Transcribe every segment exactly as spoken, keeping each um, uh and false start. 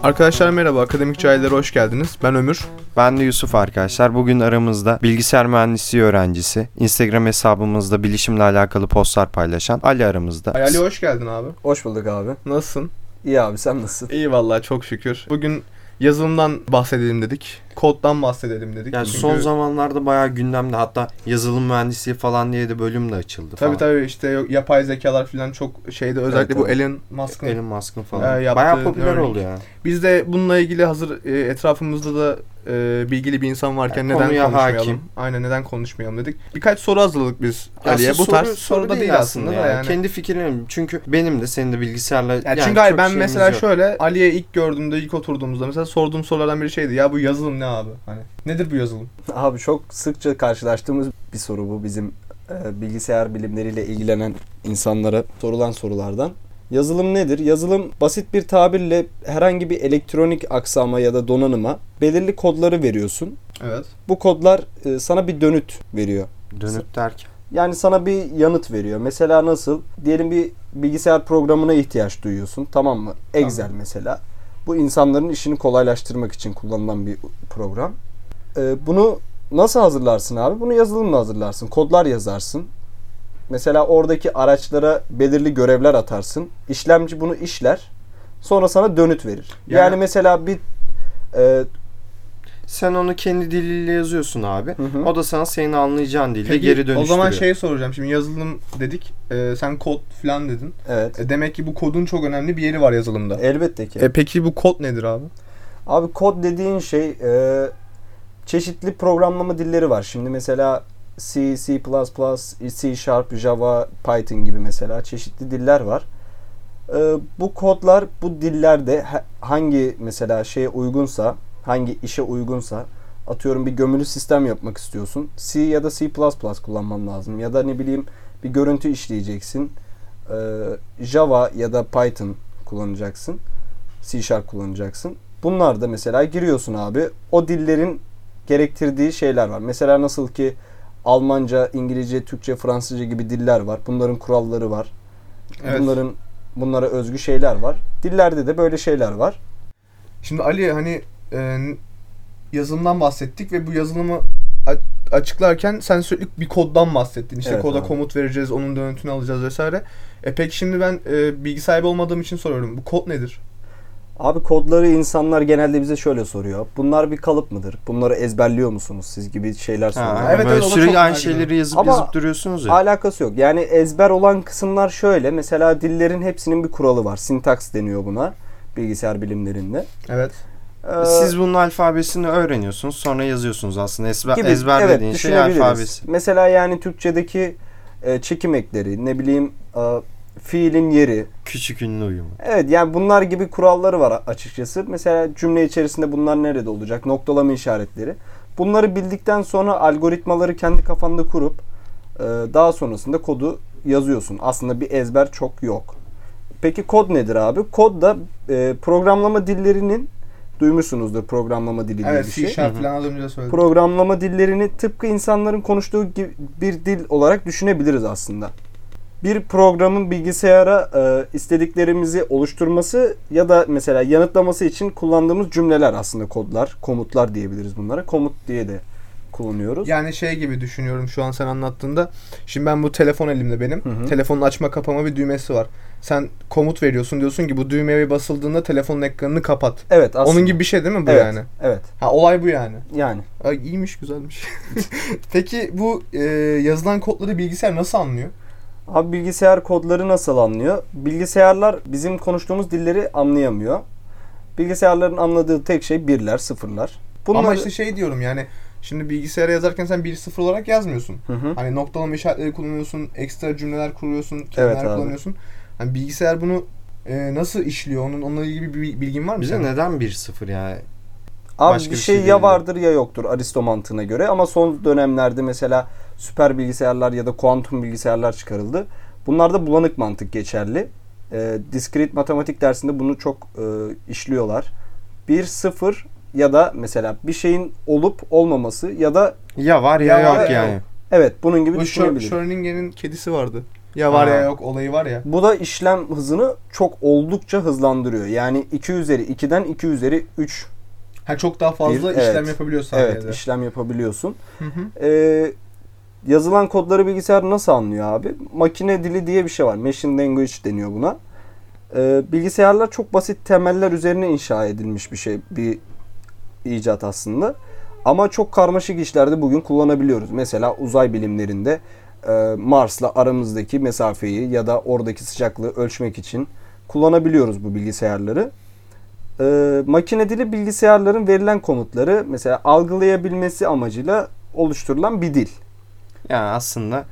Arkadaşlar merhaba, Akademik Cahillere hoş geldiniz. Ben Ömür. Ben de Yusuf arkadaşlar. Bugün aramızda bilgisayar mühendisliği öğrencisi, Instagram hesabımızda bilişimle alakalı postlar paylaşan Ali aramızda. Ali hoş geldin abi. Hoş bulduk abi. Nasılsın? İyi abi, sen nasılsın? İyi vallahi, çok şükür. Bugün yazılımdan bahsedelim dedik. Koddan bahsedelim dedik. Yani Çünkü... son zamanlarda bayağı gündemde, hatta yazılım mühendisliği falan diye de bölüm de açıldı tabii falan. Tabii işte yapay zekalar falan çok şeyde, özellikle evet, bu Elon Musk'ın Elon Musk'ın falan. E, yaptığı, bayağı popüler örnek. oldu ya. Biz de bununla ilgili hazır e, etrafımızda da e, bilgili bir insan varken yani neden konuşmayalım? Hakim. Aynen, neden konuşmayalım dedik. Birkaç soru hazırladık biz Ali'ye. Bu tarz soru, soru da değil aslında yani. da yani. Kendi fikirlerim. Çünkü benim de senin de bilgisayarla yani, yani çünkü hayır, ben mesela yok. şöyle Ali'ye ilk gördüğümde, ilk oturduğumuzda mesela sorduğum sorulardan biri şeydi. Ya bu yazılım ne abi? Hani nedir bu yazılım? Abi çok sıkça karşılaştığımız bir soru bu, bizim e, bilgisayar bilimleriyle ilgilenen insanlara sorulan sorulardan. Yazılım nedir? Yazılım basit bir tabirle herhangi bir elektronik aksama ya da donanıma belirli kodları veriyorsun. Evet. Bu kodlar e, sana bir dönüt veriyor. Dönüt derken? Yani sana bir yanıt veriyor. Mesela nasıl? Diyelim bir bilgisayar programına ihtiyaç duyuyorsun. Tamam mı? Excel tamam. Mesela. Bu insanların işini kolaylaştırmak için kullanılan bir program. E, bunu nasıl hazırlarsın abi? Bunu yazılımla hazırlarsın. Kodlar yazarsın. Mesela oradaki araçlara belirli görevler atarsın. İşlemci bunu işler. Sonra sana dönüt verir. Yani, yani mesela bir... E, sen onu kendi diliyle yazıyorsun abi. Hı hı. O da sana senin anlayacağın dilde peki, geri dönüştürüyor. O zaman şey soracağım. Şimdi yazılım dedik. E, sen kod falan dedin. Evet. E, demek ki bu kodun çok önemli bir yeri var yazılımda. Elbette ki. E, peki bu kod nedir abi? Abi kod dediğin şey... E, çeşitli programlama dilleri var. Şimdi mesela C, C++, C Sharp, Java, Python gibi mesela çeşitli diller var. Ee, bu kodlar bu dillerde hangi mesela şeye uygunsa, hangi işe uygunsa, atıyorum bir gömülü sistem yapmak istiyorsun. C ya da C++ kullanman lazım. Ya da ne bileyim bir görüntü işleyeceksin. Ee, Java ya da Python kullanacaksın. C Sharp kullanacaksın. Bunlar da mesela giriyorsun abi. O dillerin gerektirdiği şeyler var. Mesela nasıl ki Almanca, İngilizce, Türkçe, Fransızca gibi diller var. Bunların kuralları var. Evet. Bunların bunlara özgü şeyler var. Dillerde de böyle şeyler var. Şimdi Ali, hani e, yazılımdan bahsettik ve bu yazılımı a- açıklarken sen sürekli bir koddan bahsettin. İşte evet, koda abi. Komut vereceğiz, onun dönütünü alacağız vesaire. E peki şimdi ben e, bilgi sahibi olmadığım için soruyorum. Bu kod nedir? Abi kodları insanlar genelde bize şöyle soruyor. Bunlar bir kalıp mıdır? Bunları ezberliyor musunuz siz gibi şeyler soruyor. Ha, evet, böyle sürekli aynı şeyleri yazıp Ama yazıp duruyorsunuz ya. Alakası yok. Yani ezber olan kısımlar şöyle. Mesela dillerin hepsinin bir kuralı var. Sintaks deniyor buna bilgisayar bilimlerinde. Evet. Ee, siz bunun alfabesini öğreniyorsunuz, sonra yazıyorsunuz aslında. Ezber, gibi, ezber evet, dediğin şey alfabesi. Mesela yani Türkçedeki e, çekim ekleri, ne bileyim e, fiilin yeri. Küçük ünlü uyumu. Evet, yani bunlar gibi kuralları var açıkçası. Mesela cümle içerisinde bunlar nerede olacak? Noktalama işaretleri. Bunları bildikten sonra algoritmaları kendi kafanda kurup daha sonrasında kodu yazıyorsun. Aslında bir ezber çok yok. Peki kod nedir abi? Kod da programlama dillerinin, duymuşsunuzdur programlama dili diye evet, bir şey. Evet, C Sharp falan az önce söyledim. Programlama dillerini tıpkı insanların konuştuğu gibi bir dil olarak düşünebiliriz aslında. Bir programın bilgisayara e, istediklerimizi oluşturması ya da mesela yanıtlaması için kullandığımız cümleler aslında kodlar, komutlar diyebiliriz bunlara. Komut diye de kullanıyoruz. Yani şey gibi düşünüyorum şu an sen anlattığında. Şimdi ben bu telefon elimde benim. Hı hı. Telefonun açma kapama bir düğmesi var. Sen komut veriyorsun, diyorsun ki bu düğmeye basıldığında telefonun ekranını kapat. Evet, aslında. Onun gibi bir şey değil mi bu evet, yani? Evet. Ha, olay bu yani. Yani. Ay, iyiymiş, güzelmiş. Peki bu e, yazılan kodları bilgisayar nasıl anlıyor? Abi bilgisayar kodları nasıl anlıyor? Bilgisayarlar bizim konuştuğumuz dilleri anlayamıyor. Bilgisayarların anladığı tek şey birler, sıfırlar. Bunları... Ama işte şey diyorum yani, şimdi bilgisayara yazarken sen bir sıfır olarak yazmıyorsun. Hı hı. Hani noktalama işaretleri kullanıyorsun, ekstra cümleler kuruyorsun, kelimeler evet, kullanıyorsun. Hani bilgisayar bunu e, nasıl işliyor? Onun onunla ilgili bir bilgin var mı? Bize senin? neden bir sıfır yani? Abi Başka bir şey, şey ya vardır ya yoktur Aristo mantığına göre, ama son dönemlerde mesela süper bilgisayarlar ya da kuantum bilgisayarlar çıkarıldı. Bunlarda bulanık mantık geçerli. E, discrete matematik dersinde bunu çok e, işliyorlar. bir sıfır ya da mesela bir şeyin olup olmaması ya da ya var ya, ya yok var, yani. Evet, bunun gibi bu düşünebiliriz. Schrödinger'in kedisi vardı. Ya var Ha. ya yok olayı var ya. Bu da işlem hızını çok oldukça hızlandırıyor. Yani iki üzeri ikiden iki üzeri üç. Ha çok daha fazla Bir, işlem evet. yapabiliyor saniyede. Evet, işlem yapabiliyorsun. Hı hı. Ee, yazılan kodları bilgisayar nasıl anlıyor abi? Makine dili diye bir şey var. Machine language deniyor buna. Ee, bilgisayarlar çok basit temeller üzerine inşa edilmiş bir şey, bir icat aslında. Ama çok karmaşık işlerde bugün kullanabiliyoruz. Mesela uzay bilimlerinde e, Mars'la aramızdaki mesafeyi ya da oradaki sıcaklığı ölçmek için kullanabiliyoruz bu bilgisayarları. E, makine dili bilgisayarların verilen komutları mesela algılayabilmesi amacıyla oluşturulan bir dil. Yani aslında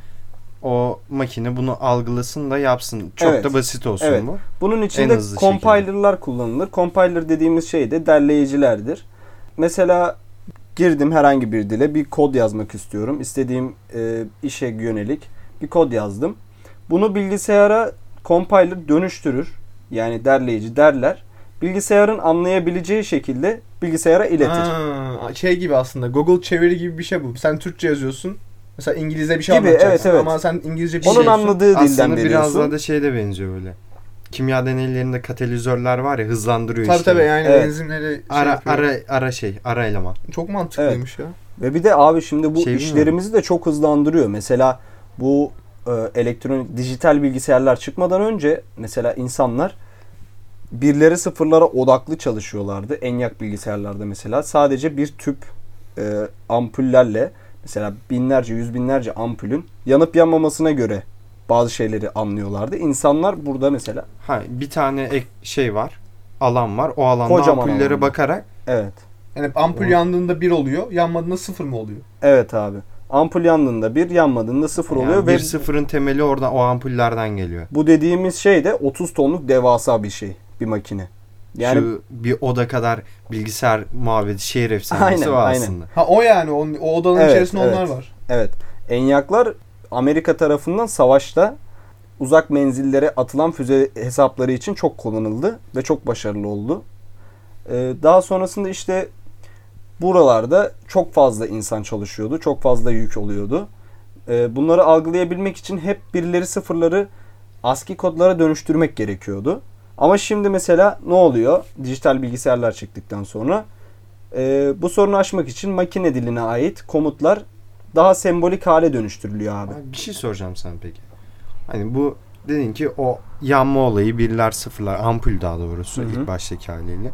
o makine bunu algılasın da yapsın. Çok Evet. da basit olsun Evet. bu. Bunun En içinde hızlı compiler'lar kullanılır. Compiler dediğimiz şey de derleyicilerdir. Mesela girdim herhangi bir dile, bir kod yazmak istiyorum. İstediğim e, işe yönelik bir kod yazdım. Bunu bilgisayara compiler dönüştürür. Yani derleyici derler. Bilgisayarın anlayabileceği şekilde bilgisayara iletir. Ha, şey gibi aslında Google çeviri gibi bir şey bu. Sen Türkçe yazıyorsun. Mesela İngilizce bir şey Gibi, anlatacaksın evet, evet. ama sen İngilizce bir Onun şey diyorsun. anladığı dilden Aslında biraz veriyorsun. daha da şeye de benziyor böyle. Kimya deneylerinde katalizörler var ya, hızlandırıyor Tabii işlemi. tabii yani Evet. benzinleri şey Ara, yapıyor. ara, ara şey, ara eleman. Çok mantıklıymış ya. Ve bir de abi şimdi bu Şey işlerimizi de çok hızlandırıyor. Mesela bu e, elektronik dijital bilgisayarlar çıkmadan önce mesela insanlar birleri sıfırlara odaklı çalışıyorlardı. ENIAC bilgisayarlarda mesela sadece bir tüp e, ampullerle mesela binlerce, yüz binlerce ampulün yanıp yanmamasına göre bazı şeyleri anlıyorlardı. İnsanlar burada mesela Ha, bir tane ek şey var. Alan var. O alanda Kocaman ampullere alanda. bakarak evet. Yani ampul Hı. yandığında bir oluyor, yanmadığında sıfır mı oluyor? Evet abi. Ampul yandığında bir, yanmadığında sıfır yani oluyor bir ve sıfırın temeli oradan, o ampullerden geliyor. bu dediğimiz şey de otuz tonluk devasa bir şey, bir makine. Yani Şu bir oda kadar bilgisayar muhabbeti, şehir efsanesi Aynen, o aynen. aslında. Ha o yani o, o odanın Evet, içerisinde evet. onlar var. evet. ENIAC'lar Amerika tarafından savaşta uzak menzillere atılan füze hesapları için çok kullanıldı ve çok başarılı oldu. Ee, daha sonrasında işte buralarda çok fazla insan çalışıyordu. Çok fazla yük oluyordu. Ee, bunları algılayabilmek için hep birileri sıfırları ASCII kodlara dönüştürmek gerekiyordu. Ama şimdi mesela ne oluyor? Dijital bilgisayarlar çıktıktan sonra e, bu sorunu aşmak için makine diline ait komutlar daha sembolik hale dönüştürülüyor abi. Abi bir şey soracağım sana peki. Hani bu dedin ki o yanma olayı, birler sıfırlar, ampul daha doğrusu Hı hı. ilk baştaki haliyle.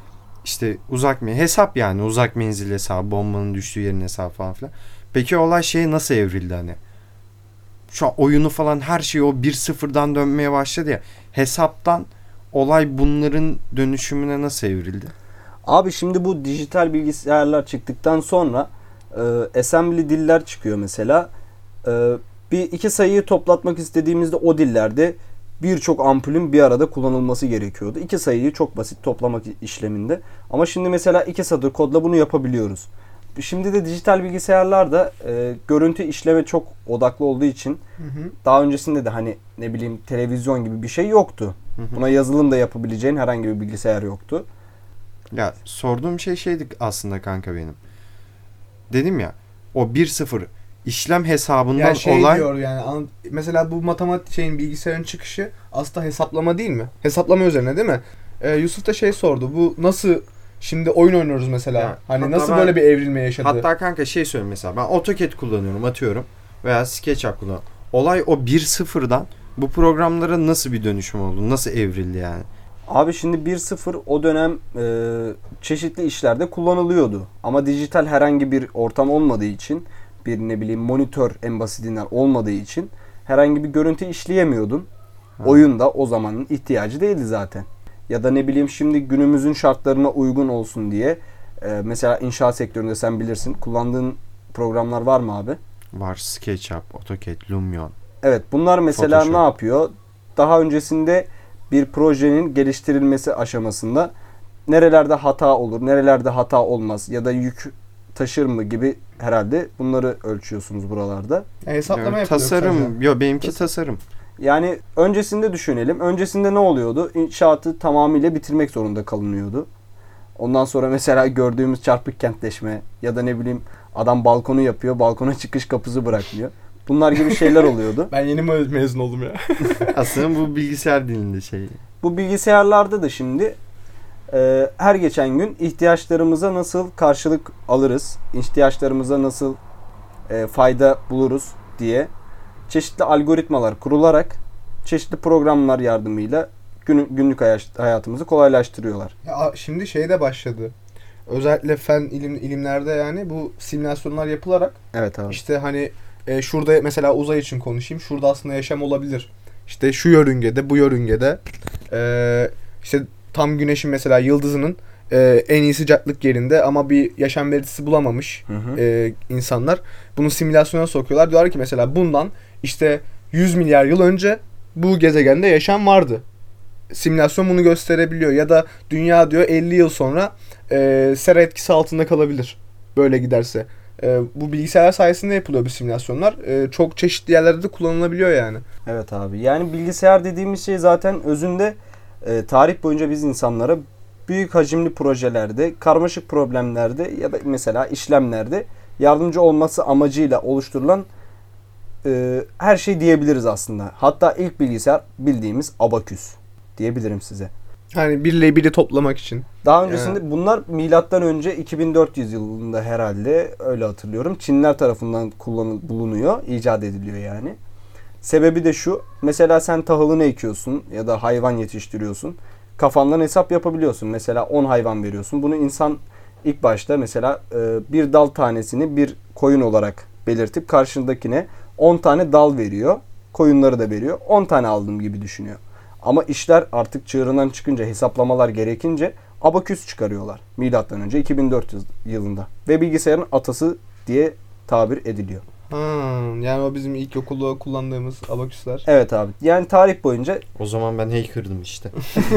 İşte uzak mı hesap, yani uzak menzil hesabı, bombanın düştüğü yerin hesabı falan filan. Peki olay şeye nasıl evrildi hani? Şu an oyunu falan her şey o bir sıfırdan dönmeye başladı ya. Hesaptan olay bunların dönüşümüne nasıl evrildi? Abi şimdi bu dijital bilgisayarlar çıktıktan sonra e, assembly diller çıkıyor mesela. E, bir iki sayıyı toplatmak istediğimizde o dillerde birçok ampulün bir arada kullanılması gerekiyordu. İki sayıyı çok basit toplamak işleminde. Ama şimdi mesela iki satır kodla bunu yapabiliyoruz. Şimdi de dijital bilgisayarlarda e, görüntü işleme çok odaklı olduğu için Hı hı. daha öncesinde de hani ne bileyim televizyon gibi bir şey yoktu. Hı hı. Buna yazılım da yapabileceğin herhangi bir bilgisayar yoktu. Ya sorduğum şey şeydi aslında kanka benim. Dedim ya, o bir sıfır işlem hesabından Yani şey olay diyor yani an- mesela bu matematik şeyin bilgisayarın çıkışı aslında hesaplama değil mi? Hesaplama üzerine değil mi? Ee, Yusuf da şey sordu. Bu nasıl şimdi oyun oynuyoruz mesela. Ya, hani hatta nasıl ben- böyle bir evrilme yaşadı? hatta kanka şey söyleyeyim, mesela ben AutoCAD kullanıyorum atıyorum veya SketchUp kullanıyorum. Olay o bir sıfırdan bu programlara nasıl bir dönüşüm oldu? Nasıl evrildi yani? Abi şimdi bir sıfır o dönem e, çeşitli işlerde kullanılıyordu. Ama dijital herhangi bir ortam olmadığı için, bir ne bileyim monitör en basitinden olmadığı için herhangi bir görüntü işleyemiyordun. Ha. Oyun da o zamanın ihtiyacı değildi zaten. Ya da ne bileyim şimdi günümüzün şartlarına uygun olsun diye e, mesela inşaat sektöründe sen bilirsin kullandığın programlar var mı abi? Var SketchUp, AutoCAD, Lumion. Evet, bunlar mesela Photoshop. ne yapıyor? Daha öncesinde bir projenin geliştirilmesi aşamasında nerelerde hata olur, nerelerde hata olmaz ya da yük taşır mı gibi herhalde bunları ölçüyorsunuz buralarda. Yani hesaplama Yani yapılıyor tasarım, kısaca. yo benimki tasarım. Yani öncesinde düşünelim. Öncesinde ne oluyordu? İnşaatı tamamıyla bitirmek zorunda kalınıyordu. Ondan sonra mesela gördüğümüz çarpık kentleşme ya da ne bileyim adam balkonu yapıyor, balkona çıkış kapısı bırakmıyor. Bunlar gibi şeyler oluyordu. Ben yeni me- mezun oldum ya. Aslında bu bilgisayar dilinde şey. Bu bilgisayarlarda da şimdi e, her geçen gün ihtiyaçlarımıza nasıl karşılık alırız, ihtiyaçlarımıza nasıl e, fayda buluruz diye çeşitli algoritmalar kurularak çeşitli programlar yardımıyla gün, günlük hayatımızı kolaylaştırıyorlar. Ya şimdi şey de başladı. Özellikle fen ilim, ilimlerde yani bu simülasyonlar yapılarak Evet abi. işte hani e, şurada mesela uzay için konuşayım. Şurada aslında yaşam olabilir. İşte şu yörüngede, bu yörüngede e, işte tam güneşin mesela yıldızının e, en iyi sıcaklık yerinde ama bir yaşam belirtisi bulamamış Hı hı. e, insanlar. Bunu simülasyona sokuyorlar. Diyorlar ki mesela bundan işte yüz milyar yıl önce bu gezegende yaşam vardı. Simülasyon bunu gösterebiliyor. Ya da dünya diyor elli yıl sonra e, sera etkisi altında kalabilir. Böyle giderse. E, bu bilgisayar sayesinde yapılıyor bu simülasyonlar. E, çok çeşitli yerlerde de kullanılabiliyor yani. Evet abi. Yani bilgisayar dediğimiz şey zaten özünde e, tarih boyunca biz insanlara büyük hacimli projelerde, karmaşık problemlerde ya da mesela işlemlerde yardımcı olması amacıyla oluşturulan e, her şey diyebiliriz aslında. Hatta ilk bilgisayar bildiğimiz abaküs diyebilirim size. Hani bir ile biri toplamak için. Daha öncesinde yani. Bunlar milattan önce iki bin dört yüz yılında herhalde, öyle hatırlıyorum. Çinliler tarafından kullanıl bulunuyor, icat ediliyor yani. Sebebi de şu. Mesela sen tahılını ekiyorsun ya da hayvan yetiştiriyorsun. Kafandan hesap yapabiliyorsun. Mesela on hayvan veriyorsun. Bunu insan ilk başta mesela bir dal tanesini bir koyun olarak belirtip karşındakine on tane dal veriyor. Koyunları da veriyor. on tane aldım gibi düşünüyor. Ama işler artık çığırından çıkınca, hesaplamalar gerekince abaküs çıkarıyorlar. Milattan önce iki bin dört yüz yılında. Ve bilgisayarın atası diye tabir ediliyor. Hmm, yani o bizim ilk okulda kullandığımız abaküsler. Evet abi. Yani tarih boyunca... O zaman ben hacker'dım işte.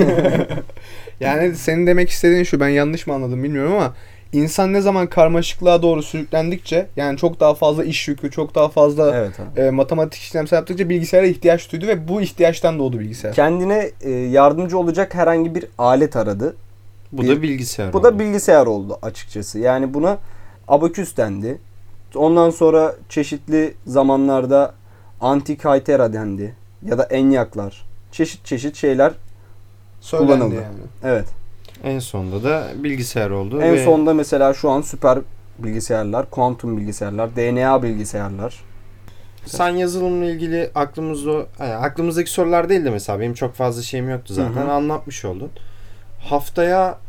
Yani senin demek istediğin şu, ben yanlış mı anladım bilmiyorum ama insan ne zaman karmaşıklığa doğru sürüklendikçe, yani çok daha fazla iş yükü, çok daha fazla evet e, matematik işlemsel yaptıkça bilgisayara ihtiyaç duydu ve bu ihtiyaçtan doğdu bilgisayar. Kendine e, yardımcı olacak herhangi bir alet aradı. Bu bir, da bilgisayar Bu oldu. da bilgisayar oldu açıkçası. Yani buna abaküs dendi. Ondan sonra çeşitli zamanlarda antik-haytera dendi. Ya da enyaklar. Çeşit çeşit şeyler Söylendi kullanıldı. Yani. Evet. En sonunda da bilgisayar oldu. En ve... sonunda mesela şu an süper bilgisayarlar, kuantum bilgisayarlar, D N A bilgisayarlar. Sen yazılımla ilgili aklımızda, yani aklımızdaki sorular değil de mesela benim çok fazla şeyim yoktu zaten. Hı hı. Anlatmış oldun. Haftaya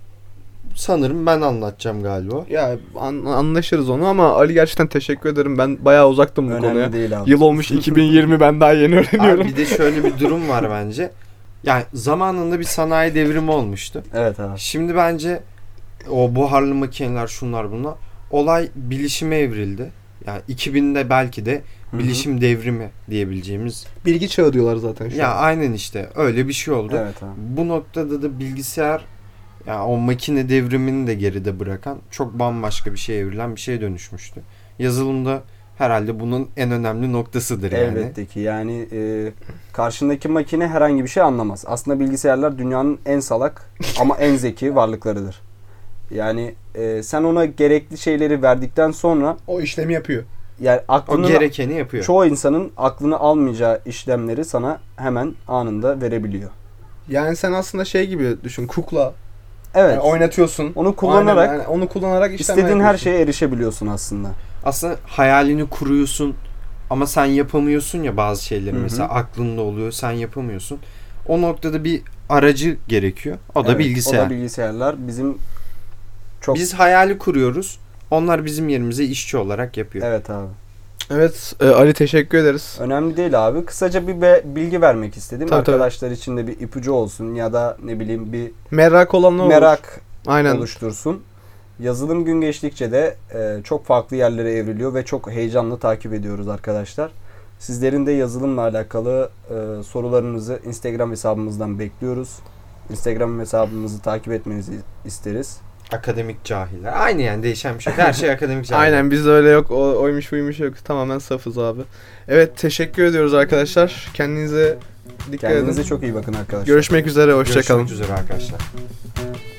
sanırım ben anlatacağım galiba. Ya an- anlaşırız onu ama Ali gerçekten teşekkür ederim. Ben bayağı uzaktım bu Önemli konuya. Değil abi. Yıl olmuş iki bin yirmi, ben daha yeni öğreniyorum. Abi bir de şöyle bir durum var bence. Yani zamanında bir sanayi devrimi olmuştu. Evet abi. Şimdi bence o buharlı makineler, şunlar bunlar, olay bilişime evrildi. Yani iki binde belki de bilişim Hı-hı. devrimi diyebileceğimiz. Bilgi çağı diyorlar zaten şu ya an. Aynen işte öyle bir şey oldu. Evet abi. Bu noktada da bilgisayar, yani o makine devrimini de geride bırakan çok bambaşka bir şeye evrilen bir şeye dönüşmüştü. Yazılımda herhalde bunun en önemli noktasıdır yani. Elbette ki yani e, karşındaki makine herhangi bir şey anlamaz. Aslında bilgisayarlar dünyanın en salak ama en zeki varlıklarıdır. Yani e, sen ona gerekli şeyleri verdikten sonra o işlemi yapıyor. Yani aklını, o gerekeni yapıyor. Çoğu insanın aklını almayacağı işlemleri sana hemen anında verebiliyor. Yani sen aslında şey gibi düşün, kukla. Evet. Yani oynatıyorsun. Onu kullanarak yani onu kullanarak istediğin her şeye erişebiliyorsun aslında. Aslında hayalini kuruyorsun ama sen yapamıyorsun ya bazı şeyleri. Hı-hı. Mesela aklında oluyor, sen yapamıyorsun. O noktada bir aracı gerekiyor. O da evet, bilgisayar. O da bilgisayarlar bizim çok... Biz hayali kuruyoruz. Onlar bizim yerimize işçi olarak yapıyor. Evet abi. Evet e, Ali, teşekkür ederiz. Önemli değil abi. Kısaca bir be- bilgi vermek istedim. Tabii, Arkadaşlar tabii. için de bir ipucu olsun ya da ne bileyim bir merak olanlar merak Aynen. oluştursun. Yazılım gün geçtikçe de e, çok farklı yerlere evriliyor ve çok heyecanlı takip ediyoruz arkadaşlar. Sizlerin de yazılımla alakalı e, sorularınızı Instagram hesabımızdan bekliyoruz. Instagram hesabımızı takip etmenizi isteriz. Akademik cahiller. Aynı yani, değişen bir şey. Her şey akademik cahiller. Aynen, bizde öyle yok. O, oymuş buymuş yok. Tamamen safız abi. Evet, teşekkür ediyoruz arkadaşlar. Kendinize dikkat edin. Kendinize çok iyi bakın arkadaşlar. Görüşmek üzere. Hoşça kalın. Görüşmek üzere arkadaşlar.